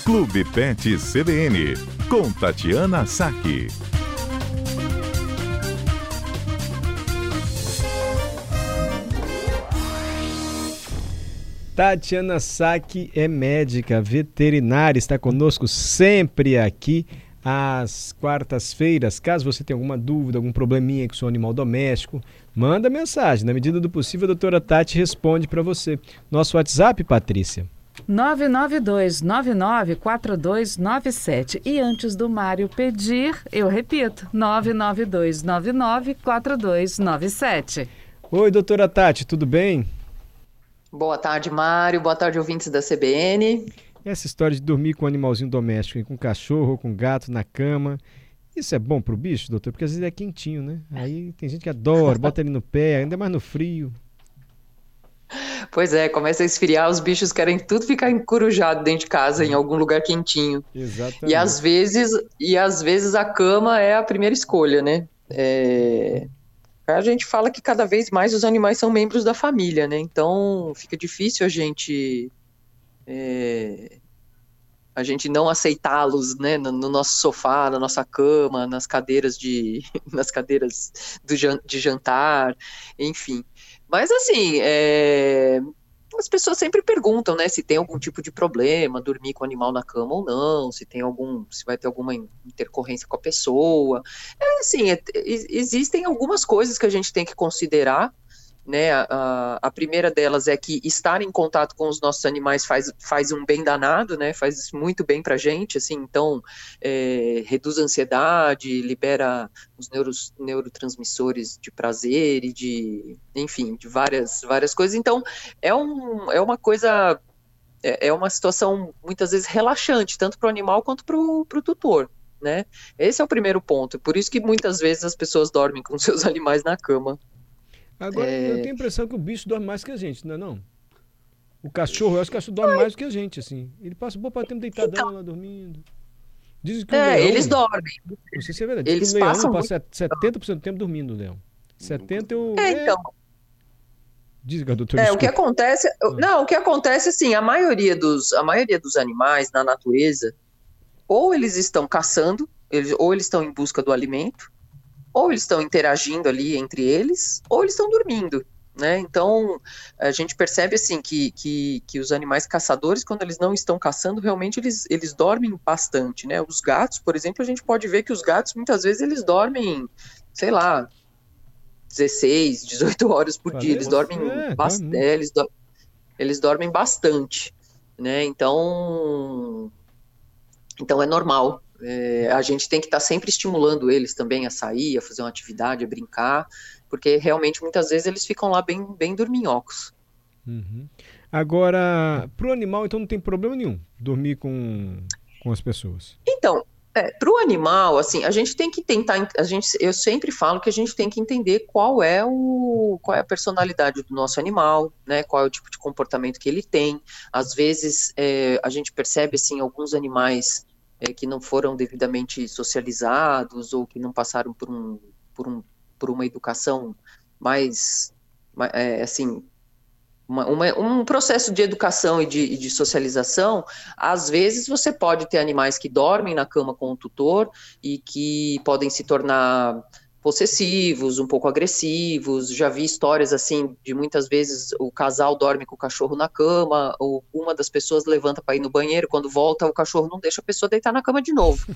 Clube Pet CBN, com Tatiana Saque. Tatiana Saque é médica veterinária, está conosco sempre aqui às quartas-feiras. Caso você tenha alguma dúvida, algum probleminha com o seu animal doméstico, manda mensagem. Na medida do possível, a doutora Tati responde para você. Nosso WhatsApp, Patrícia? 992994297. E antes do Mário pedir, eu repito, 992994297. Oi, doutora Tati, tudo bem? Boa tarde, Mário. Boa tarde, ouvintes da CBN. Essa história de dormir com um animalzinho doméstico, com cachorro ou com gato na cama, isso é bom pro bicho, doutor? Porque às vezes é quentinho, né? Aí tem gente que adora, bota ele no pé, ainda mais no frio. Pois é, começa a esfriar, os bichos querem tudo ficar encurujado dentro de casa, em algum lugar quentinho. Exatamente. E às vezes a cama é a primeira escolha, né? A gente fala que cada vez mais os animais são membros da família, né? Então fica difícil a gente não aceitá-los, né? No nosso sofá, na nossa cama, nas cadeiras de jantar, enfim. Mas assim, as pessoas sempre perguntam, né, se tem algum tipo de problema, dormir com o animal na cama ou não, se vai ter alguma intercorrência com a pessoa. Existem algumas coisas que a gente tem que considerar, né? A primeira delas é que estar em contato com os nossos animais faz um bem danado, né? Faz muito bem pra gente, assim, então reduz a ansiedade, libera os neurotransmissores de prazer e de várias coisas. Então é uma coisa, é uma situação muitas vezes relaxante, tanto para o animal quanto para o tutor, né? Esse é o primeiro ponto, por isso que muitas vezes as pessoas dormem com seus animais na cama. Agora, eu tenho a impressão que o bicho dorme mais que a gente, não é não? O cachorro, eu acho que o cachorro dorme mais do que a gente, assim. Ele passa boa parte do tempo deitadão lá dormindo. Dizem que o leão, eles dormem. Não sei se é verdade. Diz que o leão passa 70% do tempo dormindo, Leão. 70% então. Diz, doutor, o que acontece... Não, o que acontece, assim, a maioria dos animais na natureza, ou eles estão caçando, ou eles estão em busca do alimento, ou eles estão interagindo ali entre eles, ou eles estão dormindo, né? Então, a gente percebe, assim, que os animais caçadores, quando eles não estão caçando, realmente eles dormem bastante, né? Os gatos, por exemplo, a gente pode ver que os gatos, muitas vezes, eles dormem, sei lá, 16, 18 horas por dia, eles dormem bastante, eles dormem bastante, né? Então é normal. A gente tem que estar sempre estimulando eles também a sair, a fazer uma atividade, a brincar, porque realmente muitas vezes eles ficam lá bem dorminhocos. Uhum. Agora, pro animal, então não tem problema nenhum dormir com as pessoas? Então, pro animal, assim, a gente tem que tentar, eu sempre falo que a gente tem que entender qual é a personalidade do nosso animal, né, qual é o tipo de comportamento que ele tem. Às vezes, a gente percebe, assim, alguns animais que não foram devidamente socializados ou que não passaram por uma educação mais assim, um processo de educação e de socialização. Às vezes você pode ter animais que dormem na cama com o tutor e que podem se tornar possessivos, um pouco agressivos. Já vi histórias assim de muitas vezes o casal dorme com o cachorro na cama, ou uma das pessoas levanta para ir no banheiro, quando volta o cachorro não deixa a pessoa deitar na cama de novo.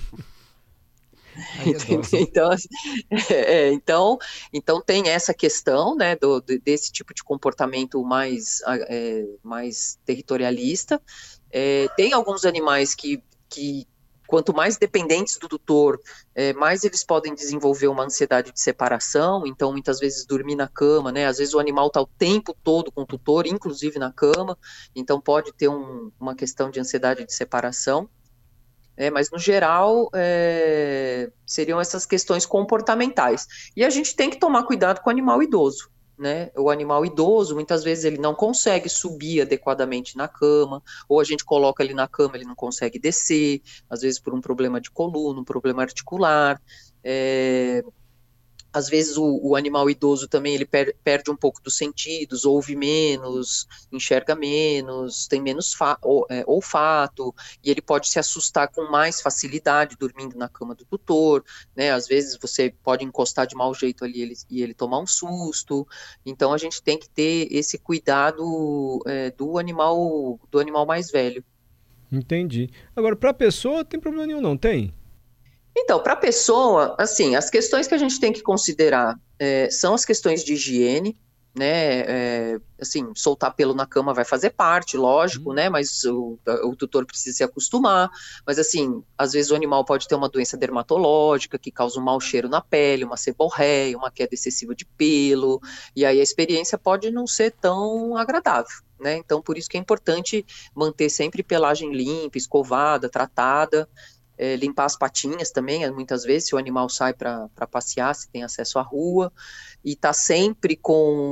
Então tem essa questão, né, desse tipo de comportamento mais territorialista. Tem alguns animais que quanto mais dependentes do tutor, mais eles podem desenvolver uma ansiedade de separação. Então muitas vezes dormir na cama, né, às vezes o animal está o tempo todo com o tutor, inclusive na cama, então pode ter uma questão de ansiedade de separação. Mas no geral seriam essas questões comportamentais. E a gente tem que tomar cuidado com o animal idoso, né? O animal idoso, muitas vezes ele não consegue subir adequadamente na cama, ou a gente coloca ele na cama, ele não consegue descer, às vezes por um problema de coluna, um problema articular. Às vezes o animal idoso também ele perde um pouco dos sentidos, ouve menos, enxerga menos, tem menos olfato, e ele pode se assustar com mais facilidade dormindo na cama do tutor, né? Às vezes você pode encostar de mau jeito ali e ele tomar um susto. Então a gente tem que ter esse cuidado do animal mais velho. Entendi. Agora, para a pessoa, não tem problema nenhum, não tem? Então, para a pessoa, assim, as questões que a gente tem que considerar são as questões de higiene, né? Assim, soltar pelo na cama vai fazer parte, lógico, né? Mas o tutor precisa se acostumar. Mas, assim, às vezes o animal pode ter uma doença dermatológica que causa um mau cheiro na pele, uma seborreia, uma queda excessiva de pelo, e aí a experiência pode não ser tão agradável, né? Então, por isso que é importante manter sempre pelagem limpa, escovada, tratada. Limpar as patinhas também, muitas vezes, se o animal sai para passear, se tem acesso à rua, e tá sempre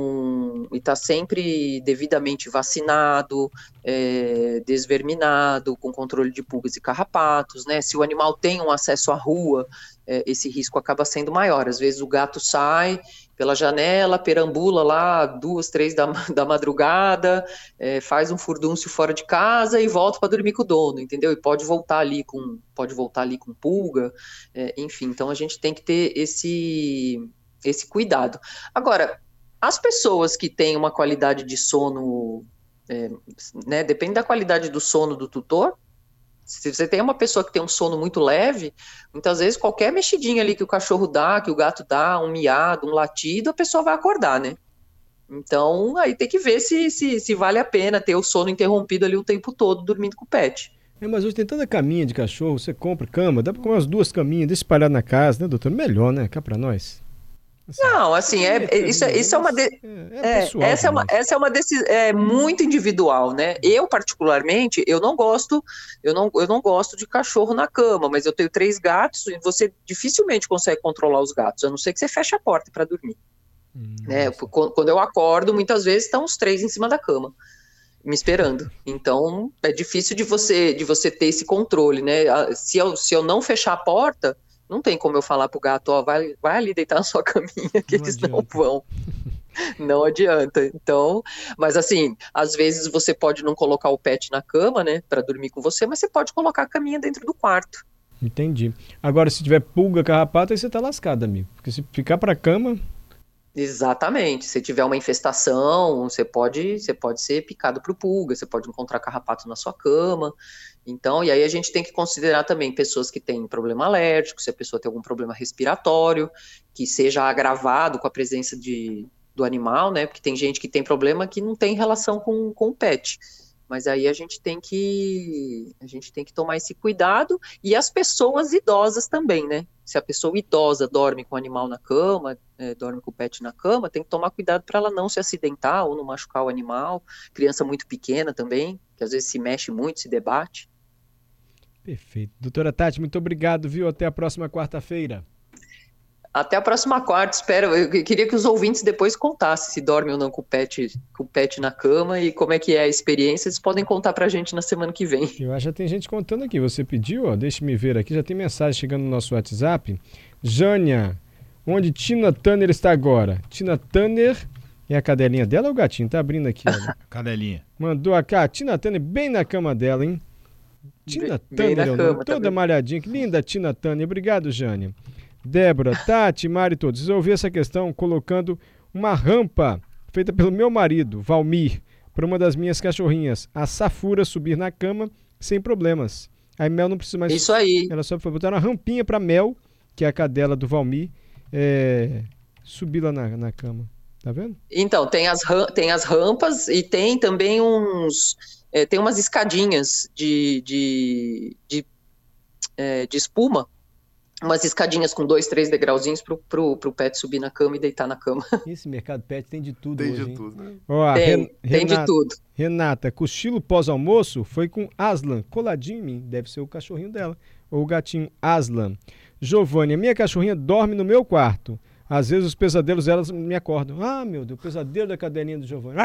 devidamente vacinado, desverminado, com controle de pulgas e carrapatos, né? Se o animal tem um acesso à rua, esse risco acaba sendo maior. Às vezes o gato sai pela janela, perambula lá 2, 3 da madrugada, faz um furdúncio fora de casa e volta para dormir com o dono, entendeu? E pode voltar ali com pulga, enfim. Então a gente tem que ter esse cuidado. Agora, as pessoas que têm uma qualidade de sono, né, depende da qualidade do sono do tutor. Se você tem uma pessoa que tem um sono muito leve, muitas vezes qualquer mexidinha ali que o cachorro dá, que o gato dá, um miado, um latido, a pessoa vai acordar, né? Então, aí tem que ver se vale a pena ter o sono interrompido ali o tempo todo, dormindo com o pet. Mas hoje tem tanta caminha de cachorro, você compra cama, dá pra comer umas 2 caminhas, deixa espalhado na casa, né, doutor? Melhor, né? Cá pra nós. Assim, não, assim, isso é uma essa é uma decisão muito individual, né? Eu particularmente, eu não gosto de cachorro na cama, mas eu tenho 3 gatos e você dificilmente consegue controlar os gatos, a não ser que você feche a porta para dormir. Né? Quando eu acordo, muitas vezes estão os 3 em cima da cama, me esperando. Então, é difícil de você ter esse controle, né? Se eu não fechar a porta, não tem como eu falar pro gato, ó, vai ali deitar na sua caminha, que eles não vão. Não adianta. Então, mas assim, às vezes você pode não colocar o pet na cama, né, para dormir com você, mas você pode colocar a caminha dentro do quarto. Entendi. Agora, se tiver pulga, carrapato, aí você tá lascado, amigo. Porque se ficar pra cama... Exatamente. Se tiver uma infestação, você pode ser picado por pulga, você pode encontrar carrapato na sua cama. Então, e aí a gente tem que considerar também pessoas que têm problema alérgico, se a pessoa tem algum problema respiratório, que seja agravado com a presença do animal, né? Porque tem gente que tem problema que não tem relação com o pet. Mas aí a gente tem que tomar esse cuidado, e as pessoas idosas também, né? Se a pessoa idosa dorme com o animal na cama, dorme com o pet na cama, tem que tomar cuidado para ela não se acidentar ou não machucar o animal. Criança muito pequena também, que às vezes se mexe muito, se debate. Perfeito. Doutora Tati, muito obrigado, viu? Até a próxima quarta-feira. Até a próxima quarta, espero. Eu queria que os ouvintes depois contassem se dormem ou não com o pet na cama e como é que é a experiência. Eles podem contar pra gente na semana que vem. Eu acho que já tem gente contando aqui. Você pediu, ó, deixa-me ver aqui, já tem mensagem chegando no nosso WhatsApp. Jânia, onde Tina Turner está agora? Tina Turner é a cadelinha dela ou o gatinho? Tá abrindo aqui, olha. Cadelinha. Mandou a Tina Turner bem na cama dela, hein? Tina Turner, toda também malhadinha. Que linda Tina Turner. Obrigado, Jânia. Débora, Tati, Mari, todos. Resolvi essa questão colocando uma rampa feita pelo meu marido, Valmir, para uma das minhas cachorrinhas, a Safura, subir na cama sem problemas. Aí Mel não precisa mais... Isso aí. Ela só foi botar uma rampinha para Mel, que é a cadela do Valmir, subir lá na cama. Tá vendo? Então, tem as rampas e tem também tem umas escadinhas de espuma, umas escadinhas com 2, 3 degrauzinhos pro pet subir na cama e deitar na cama. Esse mercado pet tem de tudo tem hoje, de hein? tudo, né? Ó, tem de tudo. Renata, cochilo pós-almoço foi com Aslan, coladinho em mim. Deve ser o cachorrinho dela, ou o gatinho Aslan. Giovânia, minha cachorrinha dorme no meu quarto. Às vezes os pesadelos delas me acordam. Ah, meu Deus, o pesadelo da cadelinha do Giovânia.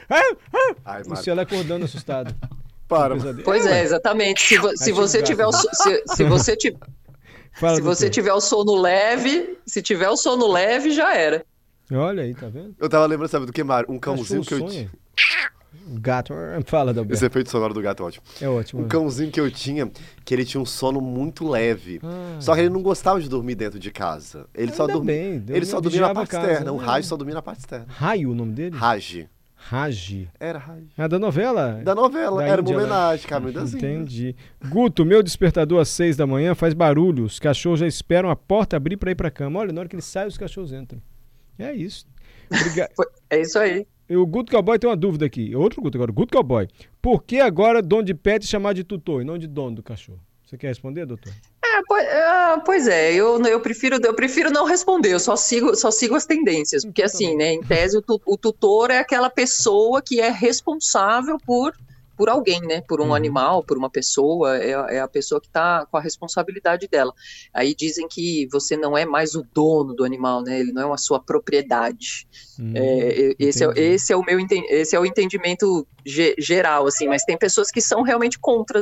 Se ela acordando assustado. Para. Pois exatamente. Se você tiver Fala, Se você tiver o sono leve, já era. Olha aí, tá vendo? Eu tava lembrando, sabe do que, Mário? Um cãozinho que eu sonha. tinha. O gato, fala, Dalberto. Esse efeito sonoro do gato é ótimo. É ótimo. Um cãozinho que eu tinha, que ele tinha um sono muito leve. Só que ele não gostava de dormir dentro de casa. Ele só dormia na parte externa. O Raj só dormia na parte externa. Raio o nome dele? Raj. Raj. Era Raj. Ah, da novela? Da novela. Da era Índia, uma homenagem, Caminho das Índias. Entendi. Guto, meu despertador às 6 da manhã faz barulho. Os cachorros já esperam a porta abrir pra ir pra cama. Olha, na hora que ele sai, os cachorros entram. É isso. É isso aí. O Guto Cowboy tem uma dúvida aqui. Outro Guto agora. Guto Cowboy. Por que agora dono de pet chamar de tutor e não de dono do cachorro? Você quer responder, doutor? Pois é, eu prefiro não responder, eu só sigo as tendências, porque assim, né, em tese o tutor é aquela pessoa que é responsável por alguém, né, por um animal, por uma pessoa, é a pessoa que está com a responsabilidade dela. Aí dizem que você não é mais o dono do animal, né, ele não é a sua propriedade. Esse é o entendimento geral, assim, mas tem pessoas que são realmente contra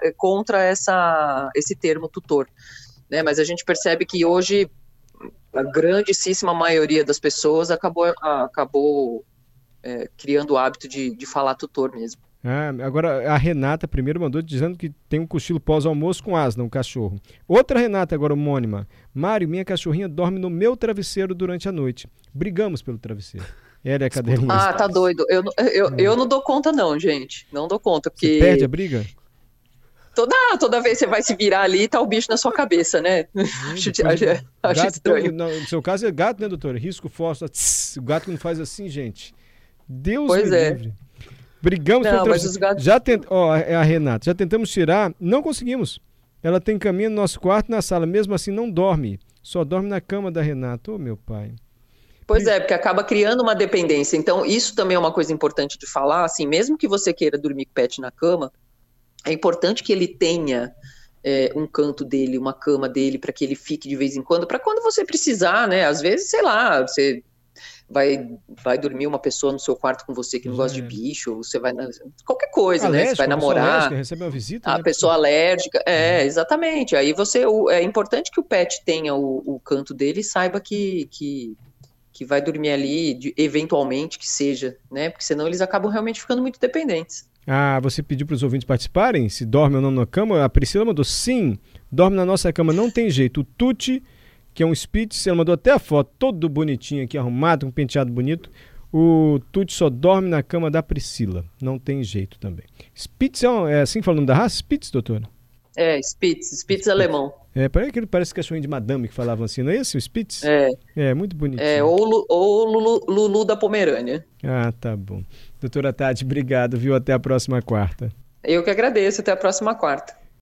esse termo tutor, né, mas a gente percebe que hoje a grandíssima maioria das pessoas acabou criando o hábito de falar tutor mesmo. Agora a Renata primeiro mandou dizendo que tem um cochilo pós-almoço com asna, um cachorro. Outra Renata agora homônima. Mário, minha cachorrinha dorme no meu travesseiro durante a noite. Brigamos pelo travesseiro. Ela é a cadeirinha. Tá doido. Eu não dou conta não, gente. Não dou conta, porque... Você perde a briga? Toda vez você vai se virar ali, tá o bicho na sua cabeça, né? Acho estranho. No seu caso é gato, né, doutora? Risco fósforo. O gato não faz assim, gente. Deus me livre. Brigamos pelo mas os gatos... É a Renata. Já tentamos tirar, não conseguimos. Ela tem caminho no nosso quarto, na sala. Mesmo assim, não dorme. Só dorme na cama da Renata. Ô, meu pai. Pois é, porque acaba criando uma dependência. Então, isso também é uma coisa importante de falar. Assim, mesmo que você queira dormir com o pet na cama, é importante que ele tenha um canto dele, uma cama dele, para que ele fique de vez em quando, para quando você precisar, né? Às vezes, sei lá, você... Vai dormir uma pessoa no seu quarto com você que não gosta de bicho, ou você vai... Qualquer coisa, né? Você vai namorar, recebe uma visita, a pessoa alérgica, exatamente. Aí é importante que o pet tenha o canto dele e saiba que vai dormir ali, eventualmente que seja, né? Porque senão eles acabam realmente ficando muito dependentes. Você pediu para os ouvintes participarem? Se dorme ou não na cama? A Priscila mandou sim, dorme na nossa cama, não tem jeito. O Tuti, que é um Spitz, ela mandou até a foto, todo bonitinho aqui, arrumado, com um penteado bonito. O Tuti só dorme na cama da Priscila, não tem jeito também. Spitz é assim que fala o nome da raça? Spitz, doutora? Spitz alemão. Parece cachorrinho de madame que falavam assim, não é esse o Spitz? Muito bonitinho. Ou Lulu da Pomerânia. Tá bom. Doutora Tati, obrigado, viu? Até a próxima quarta. Eu que agradeço, até a próxima quarta.